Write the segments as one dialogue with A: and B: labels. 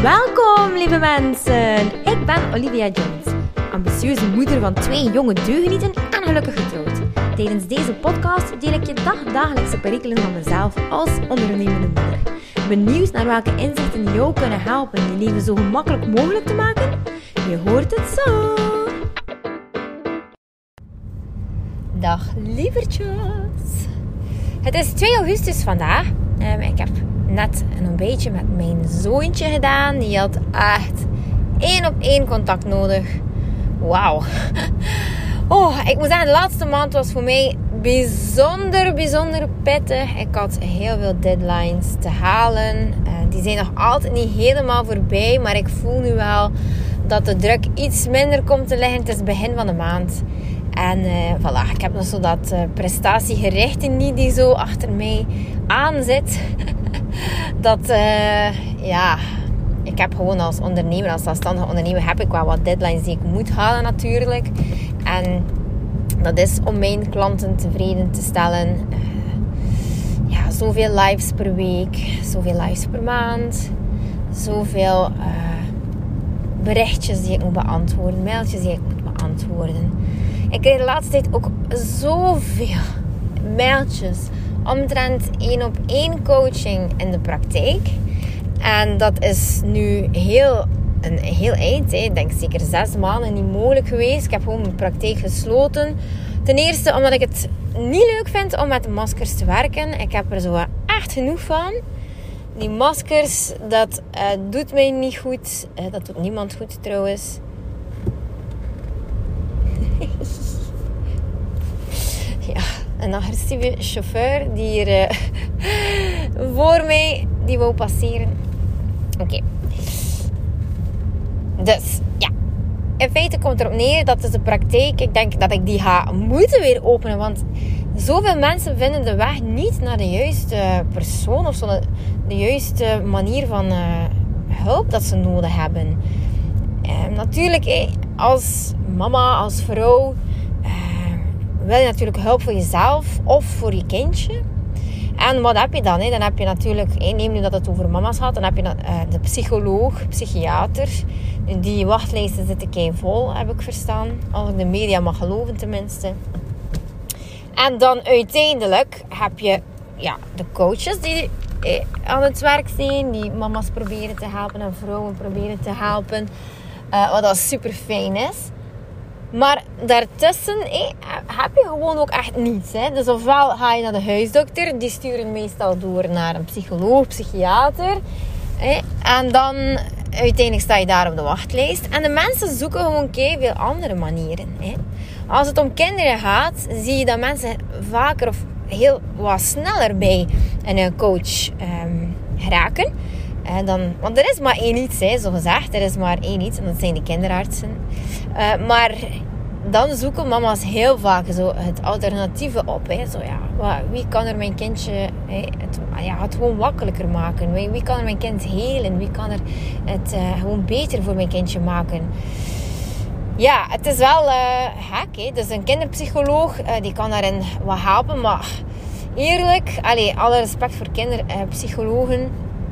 A: Welkom lieve mensen, ik ben Olivia Jones, ambitieuze moeder van 2 jonge deugenieten en gelukkig getrouwd. Tijdens deze podcast deel ik je dagdagelijkse perikelen van mezelf als ondernemende moeder. Benieuwd naar welke inzichten jou kunnen helpen je leven zo gemakkelijk mogelijk te maken? Je hoort het zo! Dag lievertjes! Het is 2 augustus vandaag. Ik heb net een ontbijtje met mijn zoontje gedaan. Die had echt 1-op-1 contact nodig. Wauw. Ik moet zeggen, de laatste maand was voor mij bijzonder pittig. Ik had heel veel deadlines te halen. Die zijn nog altijd niet helemaal voorbij. Maar ik voel nu wel dat de druk iets minder komt te liggen. Het is begin van de maand. En voilà, ik heb nog zo dat prestatiegerichte niet die zo achter mij aan zit. Ik heb gewoon als ondernemer, als zelfstandige ondernemer, heb ik wel wat deadlines die ik moet halen natuurlijk. En dat is om mijn klanten tevreden te stellen. Zoveel lives per week, zoveel lives per maand, zoveel berichtjes die ik moet beantwoorden, mailtjes die ik moet beantwoorden. Ik krijg de laatste tijd ook zoveel mailtjes omtrent 1-op-1 coaching in de praktijk. En dat is nu een heel eind. Ik denk zeker 6 maanden niet mogelijk geweest. Ik heb gewoon mijn praktijk gesloten. Ten eerste omdat ik het niet leuk vind om met de maskers te werken. Ik heb er zo echt genoeg van. Die maskers, dat doet mij niet goed. Dat doet niemand goed trouwens. Ja, een agressieve chauffeur die hier voor mij die wou passeren. Oké. Dus, ja. In feite komt erop neer, dat is de praktijk. Ik denk dat ik die ga moeten weer openen. Want zoveel mensen vinden de weg niet naar de juiste persoon. Of zo de juiste manier van hulp dat ze nodig hebben. Natuurlijk, als mama, als vrouw, wil je natuurlijk hulp voor jezelf of voor je kindje. En wat heb je dan? Dan heb je natuurlijk, neem nu dat het over mama's gaat, dan heb je de psycholoog, psychiater. Die wachtlijsten zitten keivol, heb ik verstaan. Als ik de media mag geloven tenminste. En dan uiteindelijk heb je de coaches die aan het werk zijn. Die mama's proberen te helpen en vrouwen proberen te helpen. Wat dat super fijn is. Maar daartussen heb je gewoon ook echt niets. Hè? Dus ofwel ga je naar de huisdokter. Die sturen meestal door naar een psycholoog, psychiater. En dan uiteindelijk sta je daar op de wachtlijst. En de mensen zoeken gewoon veel andere manieren. Als het om kinderen gaat, zie je dat mensen vaker of heel wat sneller bij een coach geraken. Want er is maar 1 iets, zo gezegd. Er is maar 1 iets en dat zijn de kinderartsen. Maar dan zoeken mama's heel vaak zo het alternatieve op. Wie kan er mijn kindje het gewoon makkelijker maken? Wie kan er mijn kind helen? Wie kan er het gewoon beter voor mijn kindje maken? Ja, het is wel gek. Dus een kinderpsycholoog die kan daarin wat helpen. Maar eerlijk, alle respect voor kinderpsychologen.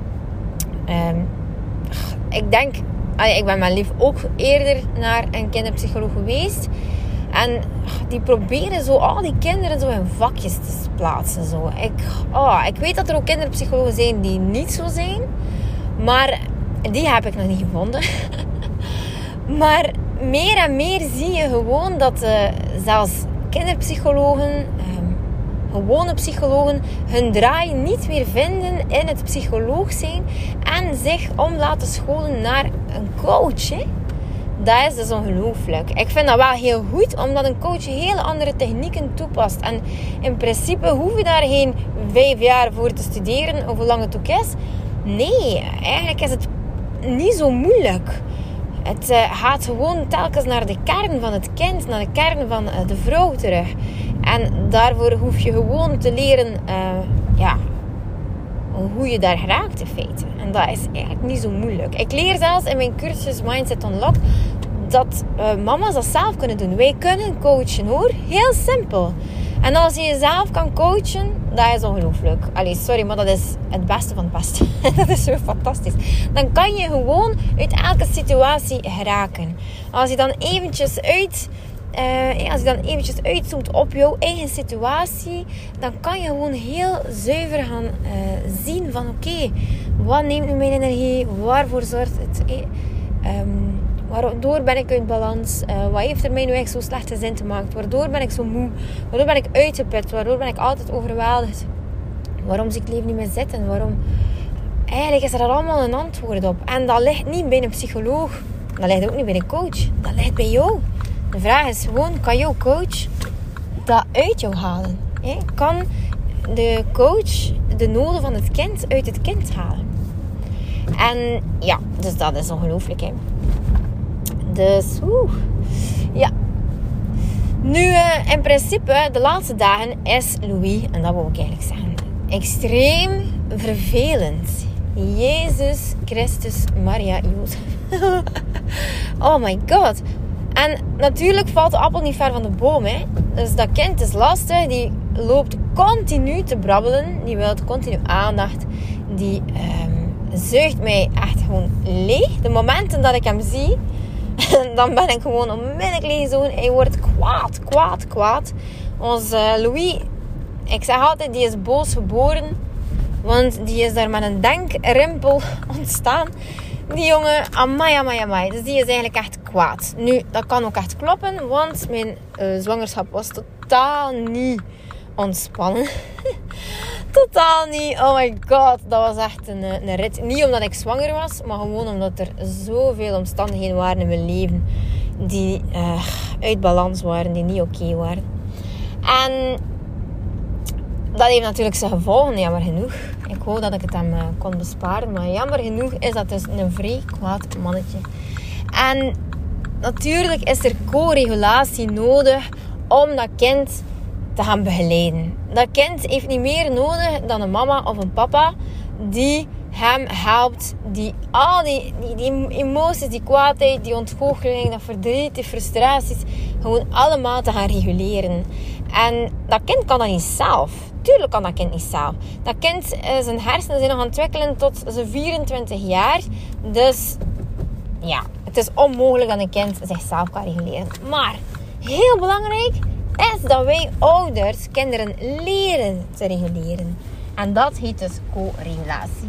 A: Ik denk, ik ben mijn lief ook eerder naar een kinderpsycholoog geweest. En die proberen zo al die kinderen zo in vakjes te plaatsen. Zo. Ik weet dat er ook kinderpsychologen zijn die niet zo zijn. Maar die heb ik nog niet gevonden. Maar meer en meer zie je gewoon dat zelfs kinderpsychologen, gewone psychologen, hun draai niet meer vinden in het psycholoog zijn en zich om laten scholen naar een coach. Dat is dus ongelooflijk. Ik vind dat wel heel goed, omdat een coach heel andere technieken toepast. En in principe hoef je daar geen 5 jaar voor te studeren, of hoe lang het ook is. Nee, eigenlijk is het niet zo moeilijk. Het gaat gewoon telkens naar de kern van het kind, naar de kern van de vrouw terug. En daarvoor hoef je gewoon te leren hoe je daar geraakt in feite. En dat is eigenlijk niet zo moeilijk. Ik leer zelfs in mijn cursus Mindset Unlocked dat mama's dat zelf kunnen doen. Wij kunnen coachen hoor. Heel simpel. En als je jezelf kan coachen, dat is ongelooflijk. Allee, sorry, maar dat is het beste van het beste. Dat is zo fantastisch. Dan kan je gewoon uit elke situatie geraken. Als je dan eventjes uitzoomt op jouw eigen situatie, dan kan je gewoon heel zuiver gaan zien van oké, wat neemt nu mijn energie? Waarvoor zorgt het? Waardoor ben ik uit balans? Wat heeft er mij nu echt zo slechte zin te maken? Waardoor ben ik zo moe? Waardoor ben ik uitgeput? Waardoor ben ik altijd overweldigd? Waarom zie ik het leven niet meer zitten? Waarom? Eigenlijk is er allemaal een antwoord op. En dat ligt niet bij een psycholoog. Dat ligt ook niet bij een coach. Dat ligt bij jou. De vraag is gewoon, kan jouw coach dat uit jou halen? Kan de coach de noden van het kind uit het kind halen? En ja, dus dat is ongelooflijk. Dus, ja. Nu, in principe, de laatste dagen is Louis, en dat wil ik eigenlijk zeggen, extreem vervelend. Jezus Christus Maria Jozef. Oh my god. En natuurlijk valt de appel niet ver van de boom. Dus dat kind is lastig. Die loopt continu te brabbelen. Die wil continu aandacht. Die zuigt mij echt gewoon leeg. De momenten dat ik hem zie, dan ben ik gewoon onmiddellijk leeggezogen. Hij wordt kwaad. Onze Louis, ik zeg altijd, die is boos geboren. Want die is daar met een denkrimpel ontstaan. Die jongen, amai. Dus die is eigenlijk echt kwaad. Nu, dat kan ook echt kloppen. Want mijn zwangerschap was totaal niet ontspannen. Totaal niet. Oh my god. Dat was echt een rit. Niet omdat ik zwanger was. Maar gewoon omdat er zoveel omstandigheden waren in mijn leven. Die uit balans waren. Die niet oké waren. En dat heeft natuurlijk zijn gevolgen. Jammer genoeg. Ik hoop dat ik het hem kon besparen. Maar jammer genoeg is dat dus een vrij kwaad mannetje. En natuurlijk is er co-regulatie nodig om dat kind te gaan begeleiden. Dat kind heeft niet meer nodig dan een mama of een papa die hem helpt. Die al die emoties, die kwaadheid, die ontgoocheling, dat verdriet, die frustraties gewoon allemaal te gaan reguleren. En dat kind kan dat niet zelf. Tuurlijk kan dat kind niet zelf. Dat kind, zijn hersenen zijn nog aan het ontwikkelen tot zijn 24 jaar. Dus ja, het is onmogelijk dat een kind zichzelf kan reguleren. Maar heel belangrijk is dat wij ouders kinderen leren te reguleren. En dat heet dus co-regulatie.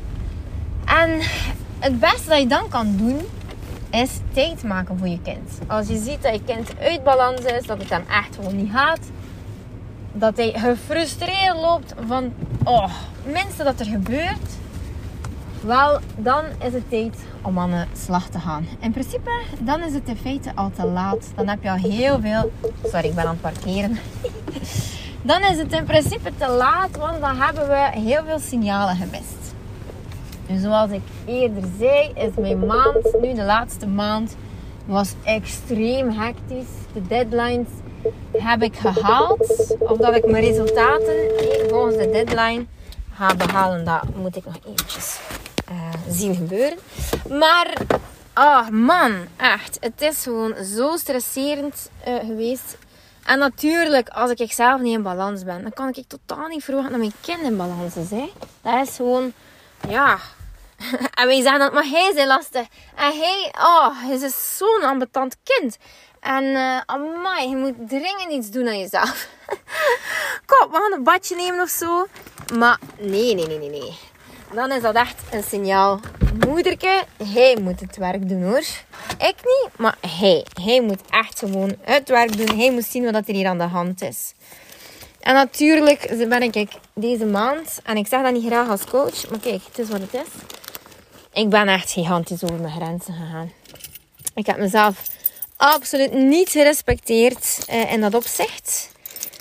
A: En het beste dat je dan kan doen, is tijd maken voor je kind. Als je ziet dat je kind uit balans is, dat het hem echt gewoon niet gaat, dat hij gefrustreerd loopt van, minste dat er gebeurt, wel, dan is het tijd om aan de slag te gaan. In principe, dan is het in feite al te laat. Dan heb je al heel veel... Sorry, ik ben aan het parkeren. Dan is het in principe te laat, want dan hebben we heel veel signalen gemist. En zoals ik eerder zei, is mijn maand, nu de laatste maand, was extreem hectisch. De deadlines heb ik gehaald. Of dat ik mijn resultaten volgens de deadline ga behalen, dat moet ik nog eventjes zien gebeuren. Maar, man, echt. Het is gewoon zo stresserend geweest. En natuurlijk, als ik zelf niet in balans ben, dan kan ik totaal niet verwachten dat mijn kind in balans is. Hè. Dat is gewoon, ja. En wij zeggen dat, maar hij is lastig. En hij is zo'n ambetant kind. En amai, je moet dringend iets doen aan jezelf. Kom, we gaan een badje nemen of zo. Maar nee. Dan is dat echt een signaal. Moederke, hij moet het werk doen hoor. Ik niet, maar hij moet echt gewoon het werk doen. Hij moet zien wat er hier aan de hand is. En natuurlijk ben ik deze maand, en ik zeg dat niet graag als coach, maar kijk, het is wat het is. Ik ben echt gigantisch over mijn grenzen gegaan. Ik heb mezelf absoluut niet gerespecteerd in dat opzicht.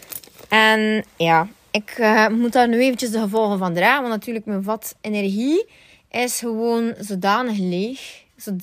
A: En ja, ik moet daar nu eventjes de gevolgen van dragen. Want natuurlijk, mijn vat energie is gewoon zodanig leeg.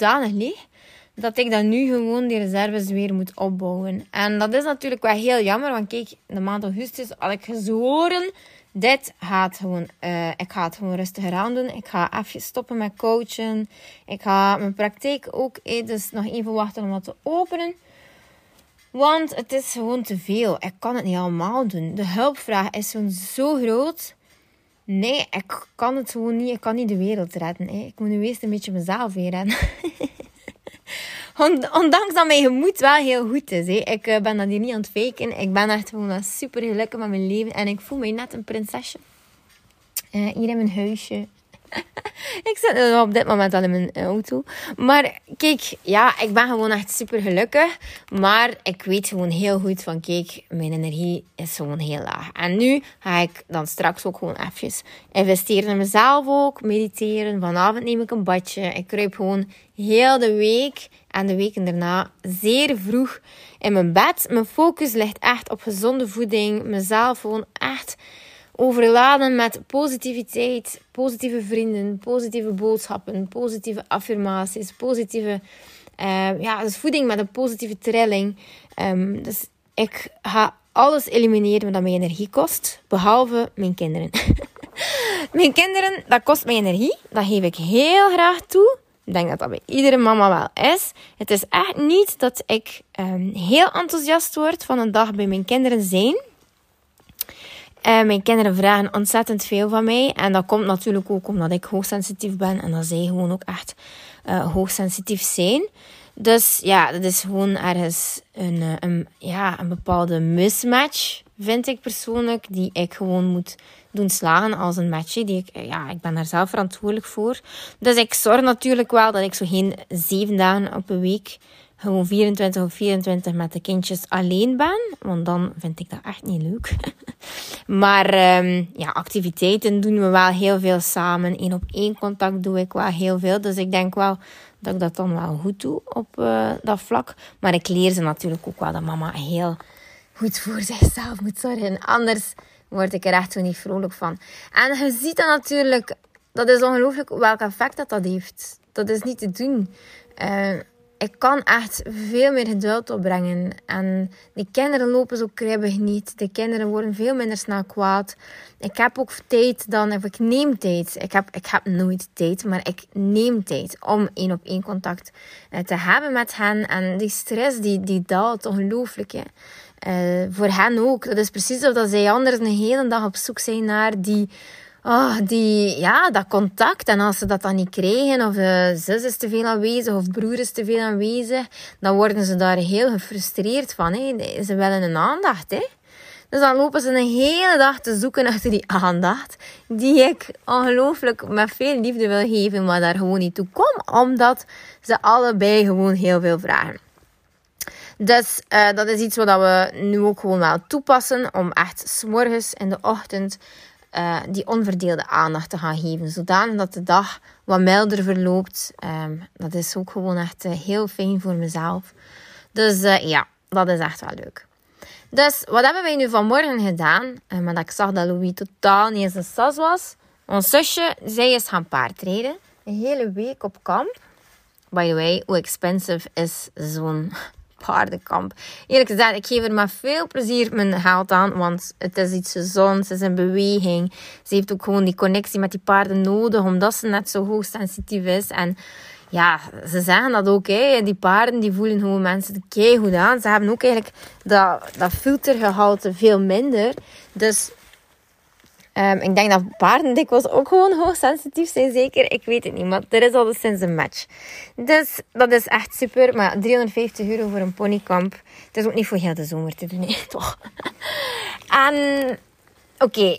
A: Dat ik dan nu gewoon die reserves weer moet opbouwen. En dat is natuurlijk wel heel jammer. Want kijk, de maand augustus had ik gezworen, dit gaat gewoon, ik ga het gewoon rustiger aan doen. Ik ga even stoppen met coachen. Ik ga mijn praktijk ook dus nog even wachten om dat te openen. Want het is gewoon te veel. Ik kan het niet allemaal doen. De hulpvraag is gewoon zo groot. Nee, ik kan het gewoon niet. Ik kan niet de wereld redden. Hè. Ik moet nu eerst een beetje mezelf weer redden. Ondanks dat mijn gemoed wel heel goed is. Hè. Ik ben dat hier niet aan het faken. Ik ben echt gewoon super gelukkig met mijn leven. En ik voel me net een prinsesje. Hier in mijn huisje. Ik zit op dit moment al in mijn auto. Maar kijk, ja, ik ben gewoon echt super gelukkig. Maar ik weet gewoon heel goed van, kijk, mijn energie is gewoon heel laag. En nu ga ik dan straks ook gewoon eventjes investeren in mezelf ook. Mediteren. Vanavond neem ik een badje. Ik kruip gewoon heel de week en de weken daarna zeer vroeg in mijn bed. Mijn focus ligt echt op gezonde voeding. Mezelf gewoon echt overladen met positiviteit, positieve vrienden, positieve boodschappen, positieve affirmaties, positieve dus voeding met een positieve trilling. Dus ik ga alles elimineren wat mij energie kost, behalve mijn kinderen. Mijn kinderen, dat kost mij energie, dat geef ik heel graag toe. Ik denk dat dat bij iedere mama wel is. Het is echt niet dat ik heel enthousiast word van een dag bij mijn kinderen zijn. Mijn kinderen vragen ontzettend veel van mij. En dat komt natuurlijk ook omdat ik hoogsensitief ben. En dat zij gewoon ook echt hoogsensitief zijn. Dus ja, dat is gewoon ergens een bepaalde mismatch, vind ik persoonlijk. Die ik gewoon moet doen slagen als een match. Ik ben daar zelf verantwoordelijk voor. Dus ik zorg natuurlijk wel dat ik zo geen 7 dagen op een week, gewoon 24 of 24 met de kindjes alleen ben. Want dan vind ik dat echt niet leuk. Maar activiteiten doen we wel heel veel samen. 1-op-1 contact doe ik wel heel veel. Dus ik denk wel dat ik dat dan wel goed doe op dat vlak. Maar ik leer ze natuurlijk ook wel dat mama heel goed voor zichzelf moet zorgen. Anders word ik er echt zo niet vrolijk van. En je ziet dat natuurlijk. Dat is ongelooflijk welk effect dat heeft. Dat is niet te doen. Ik kan echt veel meer geduld opbrengen. En de kinderen lopen zo kribbig niet. De kinderen worden veel minder snel kwaad. Ik heb ook tijd dan, of ik neem tijd. Ik heb nooit tijd, maar ik neem tijd om 1-op-1 contact te hebben met hen. En die stress die daalt ongelooflijk. Voor hen ook. Dat is precies of dat zij anders een hele dag op zoek zijn naar dat contact. En als ze dat dan niet krijgen, of zus is te veel aanwezig, of broer is te veel aanwezig, dan worden ze daar heel gefrustreerd van. Hè. Ze willen een aandacht. Hè. Dus dan lopen ze een hele dag te zoeken achter die aandacht, die ik ongelooflijk met veel liefde wil geven, maar daar gewoon niet toe kom, omdat ze allebei gewoon heel veel vragen. Dus dat is iets wat we nu ook gewoon wel toepassen, om echt 's morgens in de ochtend die onverdeelde aandacht te gaan geven. Zodanig dat de dag wat milder verloopt. Dat is ook gewoon echt heel fijn voor mezelf. Dus dat is echt wel leuk. Dus wat hebben wij nu vanmorgen gedaan? Maar dat ik zag dat Louis totaal niet eens een sas was. Ons zusje, zij is gaan paardrijden. Een hele week op kamp. By the way, hoe expensive is zo'n paardenkamp? Eerlijk gezegd, ik geef er met veel plezier mijn geld aan, want het is iets gezonds, het is een beweging. Ze heeft ook gewoon die connectie met die paarden nodig, omdat ze net zo hoogsensitief is. En ja, ze zeggen dat ook, hè. Die paarden die voelen gewoon mensen keigoed aan. Ze hebben ook eigenlijk dat filtergehalte veel minder. Dus ik denk dat paarden dikwijls ook gewoon hoogsensitief zijn, zeker. Ik weet het niet, maar er is al sinds een match. Dus dat is echt super. Maar €350 voor een ponykamp. Het is ook niet voor heel de zomer te doen, nee, toch? En oké,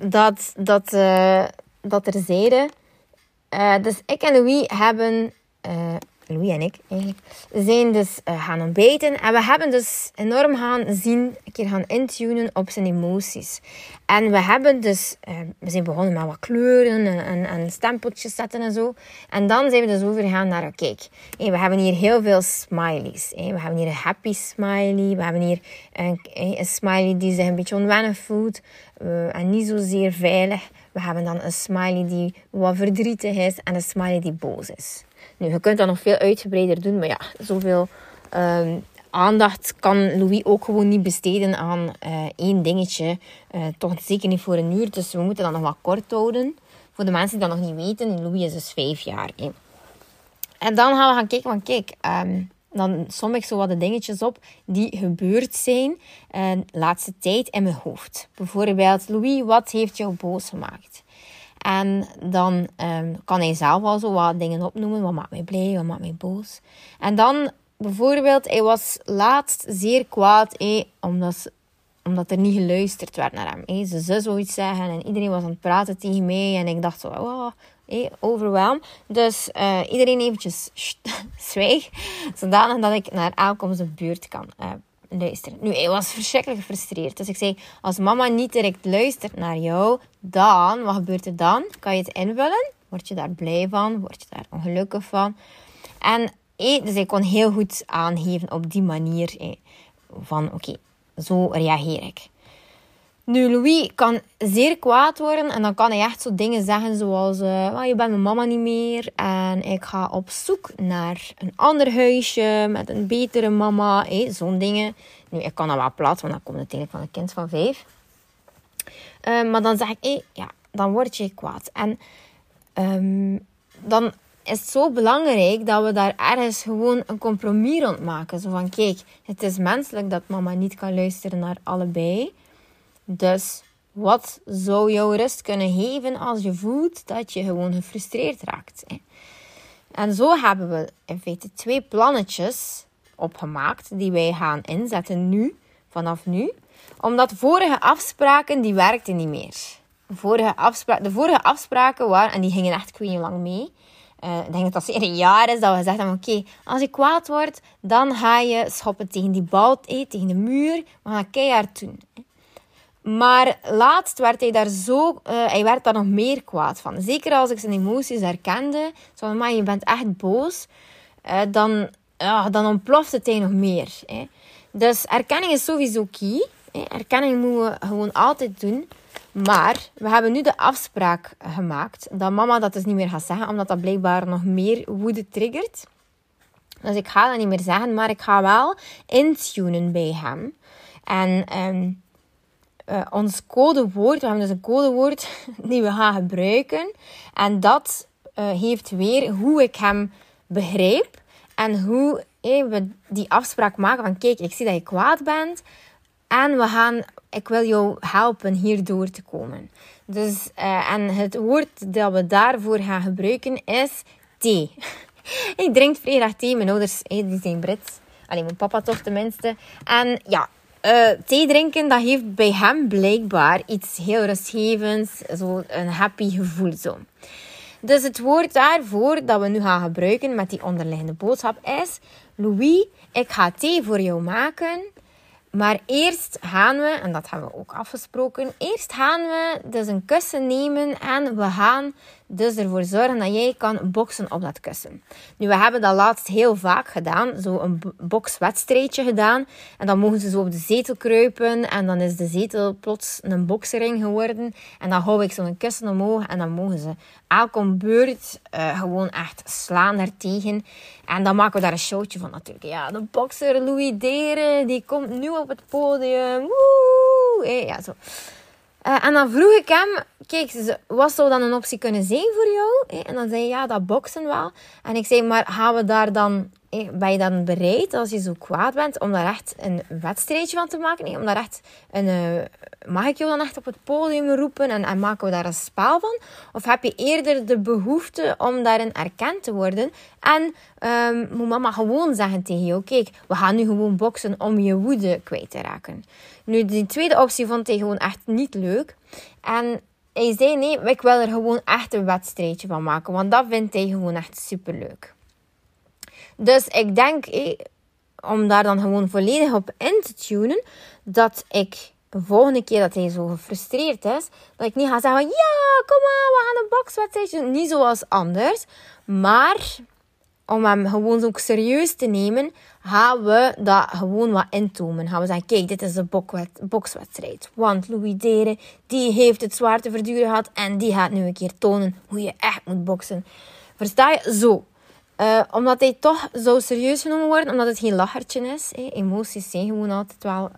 A: dat terzijde. Dus ik en Louis hebben... Louis en ik eigenlijk, zijn dus gaan ontbijten. En we hebben dus enorm een keer gaan intunen op zijn emoties. En we hebben dus, we zijn begonnen met wat kleuren en stempeltjes zetten en zo. En dan zijn we dus overgegaan naar, kijk, we hebben hier heel veel smileys. We hebben hier een happy smiley. We hebben hier een smiley die zich een beetje onwennig voelt. En niet zozeer veilig. We hebben dan een smiley die wat verdrietig is. En een smiley die boos is. Nu, je kunt dat nog veel uitgebreider doen. Maar ja, zoveel aandacht kan Louis ook gewoon niet besteden aan één dingetje. Toch zeker niet voor een uur. Dus we moeten dat nog wat kort houden. Voor de mensen die dat nog niet weten. Louis is dus 5 jaar. En dan gaan we gaan kijken van, kijk, dan som ik zo wat de dingetjes op die gebeurd zijn de laatste tijd in mijn hoofd. Bijvoorbeeld, Louis, wat heeft jou boos gemaakt? En dan kan hij zelf al zo wat dingen opnoemen. Wat maakt mij blij, wat maakt mij boos? En dan bijvoorbeeld, hij was laatst zeer kwaad, omdat er niet geluisterd werd naar hem. Zijn zus wou iets zeggen en iedereen was aan het praten tegen mij. En ik dacht zo, overweldigd. Dus iedereen eventjes zwijg, zodanig dat ik naar elk om zijn beurt kan luisteren. Nu, hij was verschrikkelijk gefrustreerd. Dus ik zei, als mama niet direct luistert naar jou, dan, wat gebeurt er dan? Kan je het invullen? Word je daar blij van? Word je daar ongelukkig van? En dus hij kon heel goed aangeven op die manier van, oké, zo reageer ik. Nu, Louis kan zeer kwaad worden en dan kan hij echt zo dingen zeggen zoals, je bent mijn mama niet meer en ik ga op zoek naar een ander huisje met een betere mama, zo'n dingen. Nu, ik kan dat wel plat, want dat komt natuurlijk van een kind van 5. Maar dan zeg ik, dan word je kwaad. En dan is het zo belangrijk dat we daar ergens gewoon een compromis rond maken. Zo van, kijk, het is menselijk dat mama niet kan luisteren naar allebei. Dus wat zou jou rust kunnen geven als je voelt dat je gewoon gefrustreerd raakt? En zo hebben we in feite 2 plannetjes opgemaakt die wij gaan inzetten nu, vanaf nu. Omdat vorige afspraken, die werkten niet meer. De vorige afspraken waren, en die gingen echt heel lang mee. Ik denk dat het al een jaar is dat we gezegd hebben, oké, als je kwaad wordt, dan ga je schoppen tegen die bal, tegen de muur. We gaan keihard doen. Maar laatst werd hij hij werd daar nog meer kwaad van. Zeker als ik zijn emoties herkende. Zo van, maar je bent echt boos. Dan ontploft het hij nog meer. Dus erkenning is sowieso key. Erkenning moeten we gewoon altijd doen. Maar we hebben nu de afspraak gemaakt dat mama dat dus niet meer gaat zeggen. Omdat dat blijkbaar nog meer woede triggert. Dus ik ga dat niet meer zeggen. Maar ik ga wel intunen bij hem. En ons codewoord, we hebben dus een codewoord die we gaan gebruiken. En dat heeft weer hoe ik hem begrijp. En hoe we die afspraak maken van, kijk, ik zie dat je kwaad bent. En ik wil jou helpen hierdoor te komen. Dus, en het woord dat we daarvoor gaan gebruiken is thee. Ik drink vrij graag thee. Mijn ouders, die zijn Brits. Alleen mijn papa toch tenminste. En ja, thee drinken, dat heeft bij hem blijkbaar iets heel rustgevends. Zo een happy gevoel zo. Dus het woord daarvoor dat we nu gaan gebruiken met die onderliggende boodschap is: Louis, ik ga thee voor jou maken. Maar eerst gaan we, en dat hebben we ook afgesproken, eerst gaan we dus een kussen nemen en we gaan dus ervoor zorgen dat jij kan boksen op dat kussen. Nu, we hebben dat laatst heel vaak gedaan, zo een bokswedstrijdje gedaan. En dan mogen ze zo op de zetel kruipen en dan is de zetel plots een boksering geworden. En dan hou ik zo'n kussen omhoog en dan mogen ze elke beurt gewoon echt slaan daartegen. En dan maken we daar een showtje van natuurlijk. Ja, de bokser Louis Deren, die komt nu op het podium. Woe! Ja, zo. En dan vroeg ik hem, kijk, wat zou dan een optie kunnen zijn voor jou? En dan zei hij, ja, dat boksen wel. En ik zei, maar gaan we daar dan, ben je dan bereid, als je zo kwaad bent, om daar echt een wedstrijdje van te maken? Om daar echt mag ik jou dan echt op het podium roepen en maken we daar een spel van? Of heb je eerder de behoefte om daarin erkend te worden? En moet mama gewoon zeggen tegen jou, kijk, we gaan nu gewoon boksen om je woede kwijt te raken. Nu, die tweede optie vond hij gewoon echt niet leuk. En hij zei, nee, ik wil er gewoon echt een wedstrijdje van maken. Want dat vindt hij gewoon echt superleuk. Dus ik denk, om daar dan gewoon volledig op in te tunen, dat ik de volgende keer dat hij zo gefrustreerd is, dat ik niet ga zeggen, ja, kom aan, we gaan een bokswedstrijdje doen. Niet zoals anders, maar om hem gewoon ook serieus te nemen, gaan we dat gewoon wat intomen. Gaan we zeggen, kijk, dit is de bokswedstrijd. Want Louis Deren, die heeft het zwaar te verduren gehad en die gaat nu een keer tonen hoe je echt moet boksen. Versta je? Zo. Omdat hij toch zo serieus genomen wordt, omdat het geen lachertje is. Emoties zijn gewoon altijd wel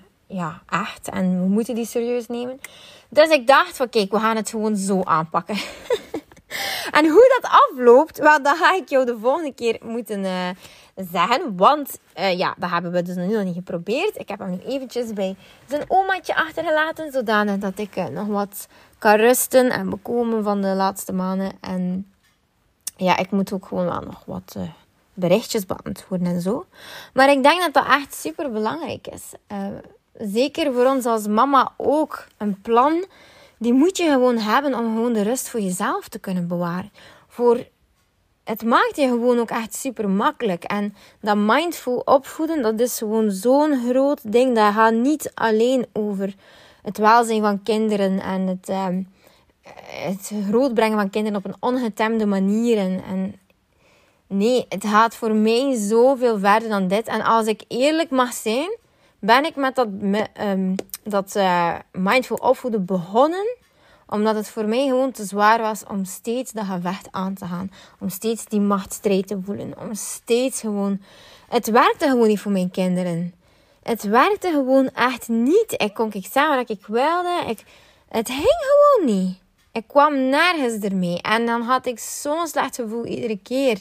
A: echt. En we moeten die serieus nemen. Dus ik dacht van, kijk, we gaan het gewoon zo aanpakken. En hoe dat afloopt, wel, dat ga ik jou de volgende keer moeten zeggen. Want dat hebben we dus nu nog niet geprobeerd. Ik heb hem nu eventjes bij zijn omaatje achtergelaten. Zodanig dat ik nog wat kan rusten en bekomen van de laatste maanden. En ja, ik moet ook gewoon wel nog wat berichtjes beantwoorden en zo. Maar ik denk dat dat echt super belangrijk is. Zeker voor ons als mama ook. Een plan, die moet je gewoon hebben om gewoon de rust voor jezelf te kunnen bewaren. Het maakt je gewoon ook echt super makkelijk. En dat mindful opvoeden, dat is gewoon zo'n groot ding. Dat gaat niet alleen over het welzijn van kinderen en het grootbrengen van kinderen op een ongetemde manier. En nee, het gaat voor mij zoveel verder dan dit. En als ik eerlijk mag zijn, ben ik met dat mindful opvoeden begonnen. Omdat het voor mij gewoon te zwaar was om steeds dat gevecht aan te gaan. Om steeds die machtsstrijd te voelen. Om steeds gewoon... Het werkte gewoon niet voor mijn kinderen. Het werkte gewoon echt niet. Ik kon zeggen wat ik wilde. Het ging gewoon niet. Ik kwam nergens ermee. En dan had ik zo'n slecht gevoel iedere keer.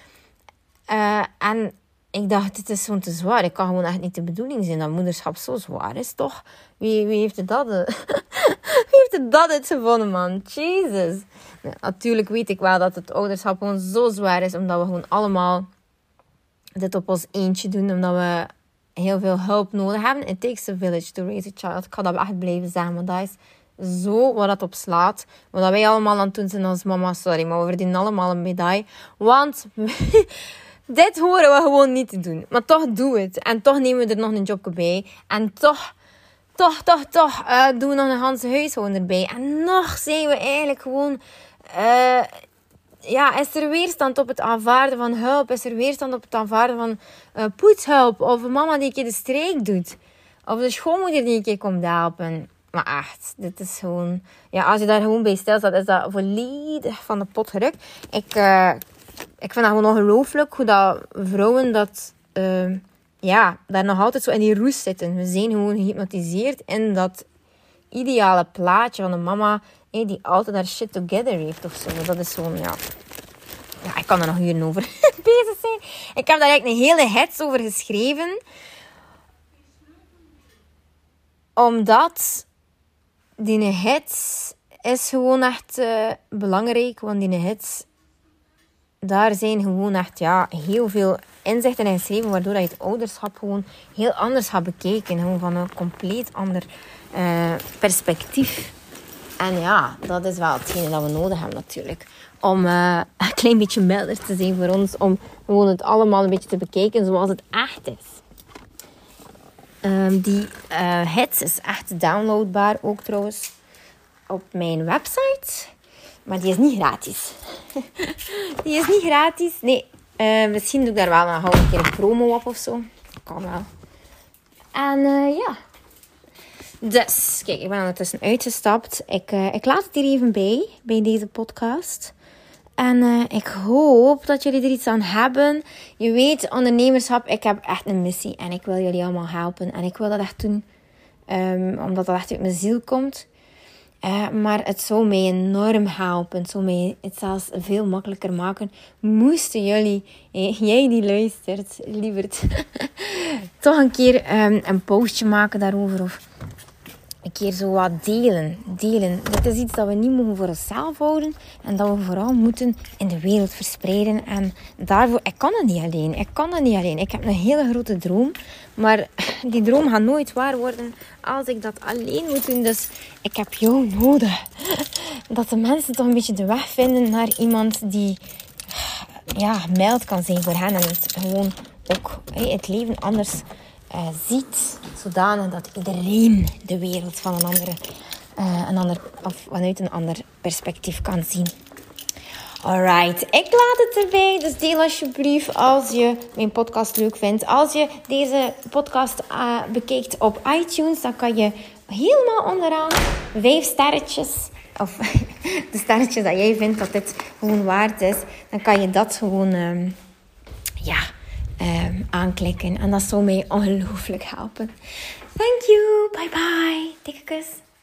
A: En ik dacht, dit is gewoon te zwaar. Ik kan gewoon echt niet de bedoeling zijn dat moederschap zo zwaar is, toch? Wie heeft het dat? Wie heeft het dat uitgevonden, man? Jesus. Ja, natuurlijk weet ik wel dat het ouderschap gewoon zo zwaar is. Omdat we gewoon allemaal dit op ons eentje doen. Omdat we heel veel hulp nodig hebben. It takes a village to raise a child. Ik ga dat echt blijven zeggen. Maar dat is zo wat dat op slaat. Wat wij allemaal aan het doen zijn als mama. Sorry, maar we verdienen allemaal een medaille. Want... dit horen we gewoon niet te doen. Maar toch doen we het. En toch nemen we er nog een jobje bij. En toch doen we nog een Hanse huishouden erbij. En nog zijn we eigenlijk gewoon... is er weerstand op het aanvaarden van hulp? Is er weerstand op het aanvaarden van poetshulp? Of een mama die een keer de streek doet? Of de schoonmoeder die een keer komt helpen? Maar echt, dit is gewoon... Ja, als je daar gewoon bij stilstaat, is dat volledig van de pot gerukt. Ik vind dat gewoon ongelooflijk hoe dat vrouwen daar nog altijd zo in die roes zitten. We zijn gewoon gehypnotiseerd in dat ideale plaatje van een mama die altijd haar shit together heeft of zo. Dat is zo'n, ja, ik kan er nog uren over bezig zijn. Ik heb daar eigenlijk een hele hits over geschreven. Omdat die hits is gewoon echt belangrijk. Want die hits... Daar zijn gewoon echt heel veel inzichten in geschreven, waardoor je het ouderschap gewoon heel anders gaat bekijken. Gewoon van een compleet ander perspectief. En ja, dat is wel hetgene dat we nodig hebben natuurlijk. Om een klein beetje milder te zijn voor ons. Om gewoon het allemaal een beetje te bekijken zoals het echt is. Die hits is echt downloadbaar ook trouwens op mijn website. Maar die is niet gratis. Die is niet gratis. Nee, misschien doe ik daar wel een keer een promo op of zo. Kan wel. En dus, kijk, ik ben ondertussen uitgestapt. Ik laat het hier even bij deze podcast. En ik hoop dat jullie er iets aan hebben. Je weet, ondernemerschap, ik heb echt een missie. En ik wil jullie allemaal helpen. En ik wil dat echt doen. Omdat dat echt uit mijn ziel komt. Maar het zou mij enorm helpen. Het zou mij het zelfs veel makkelijker maken. Moesten jullie, jij die luistert, lieverd, toch een keer een postje maken daarover. Of een keer zo wat delen. Dit is iets dat we niet mogen voor onszelf houden. En dat we vooral moeten in de wereld verspreiden. En daarvoor, ik kan dat niet alleen. Ik heb een hele grote droom. Maar die droom gaat nooit waar worden als ik dat alleen moet doen. Dus ik heb jou nodig. Dat de mensen toch een beetje de weg vinden naar iemand die mild kan zijn voor hen. En het gewoon ook het leven anders ziet. Zodanig dat iedereen de wereld van vanuit een ander perspectief kan zien. Alright, ik laat het erbij. Dus deel alsjeblieft als je mijn podcast leuk vindt. Als je deze podcast bekijkt op iTunes, dan kan je helemaal onderaan 5 sterretjes, of de sterretjes dat jij vindt dat dit gewoon waard is, dan kan je dat gewoon aanklikken. En dat zou mij ongelooflijk helpen. Thank you. Bye bye. Dikke kus.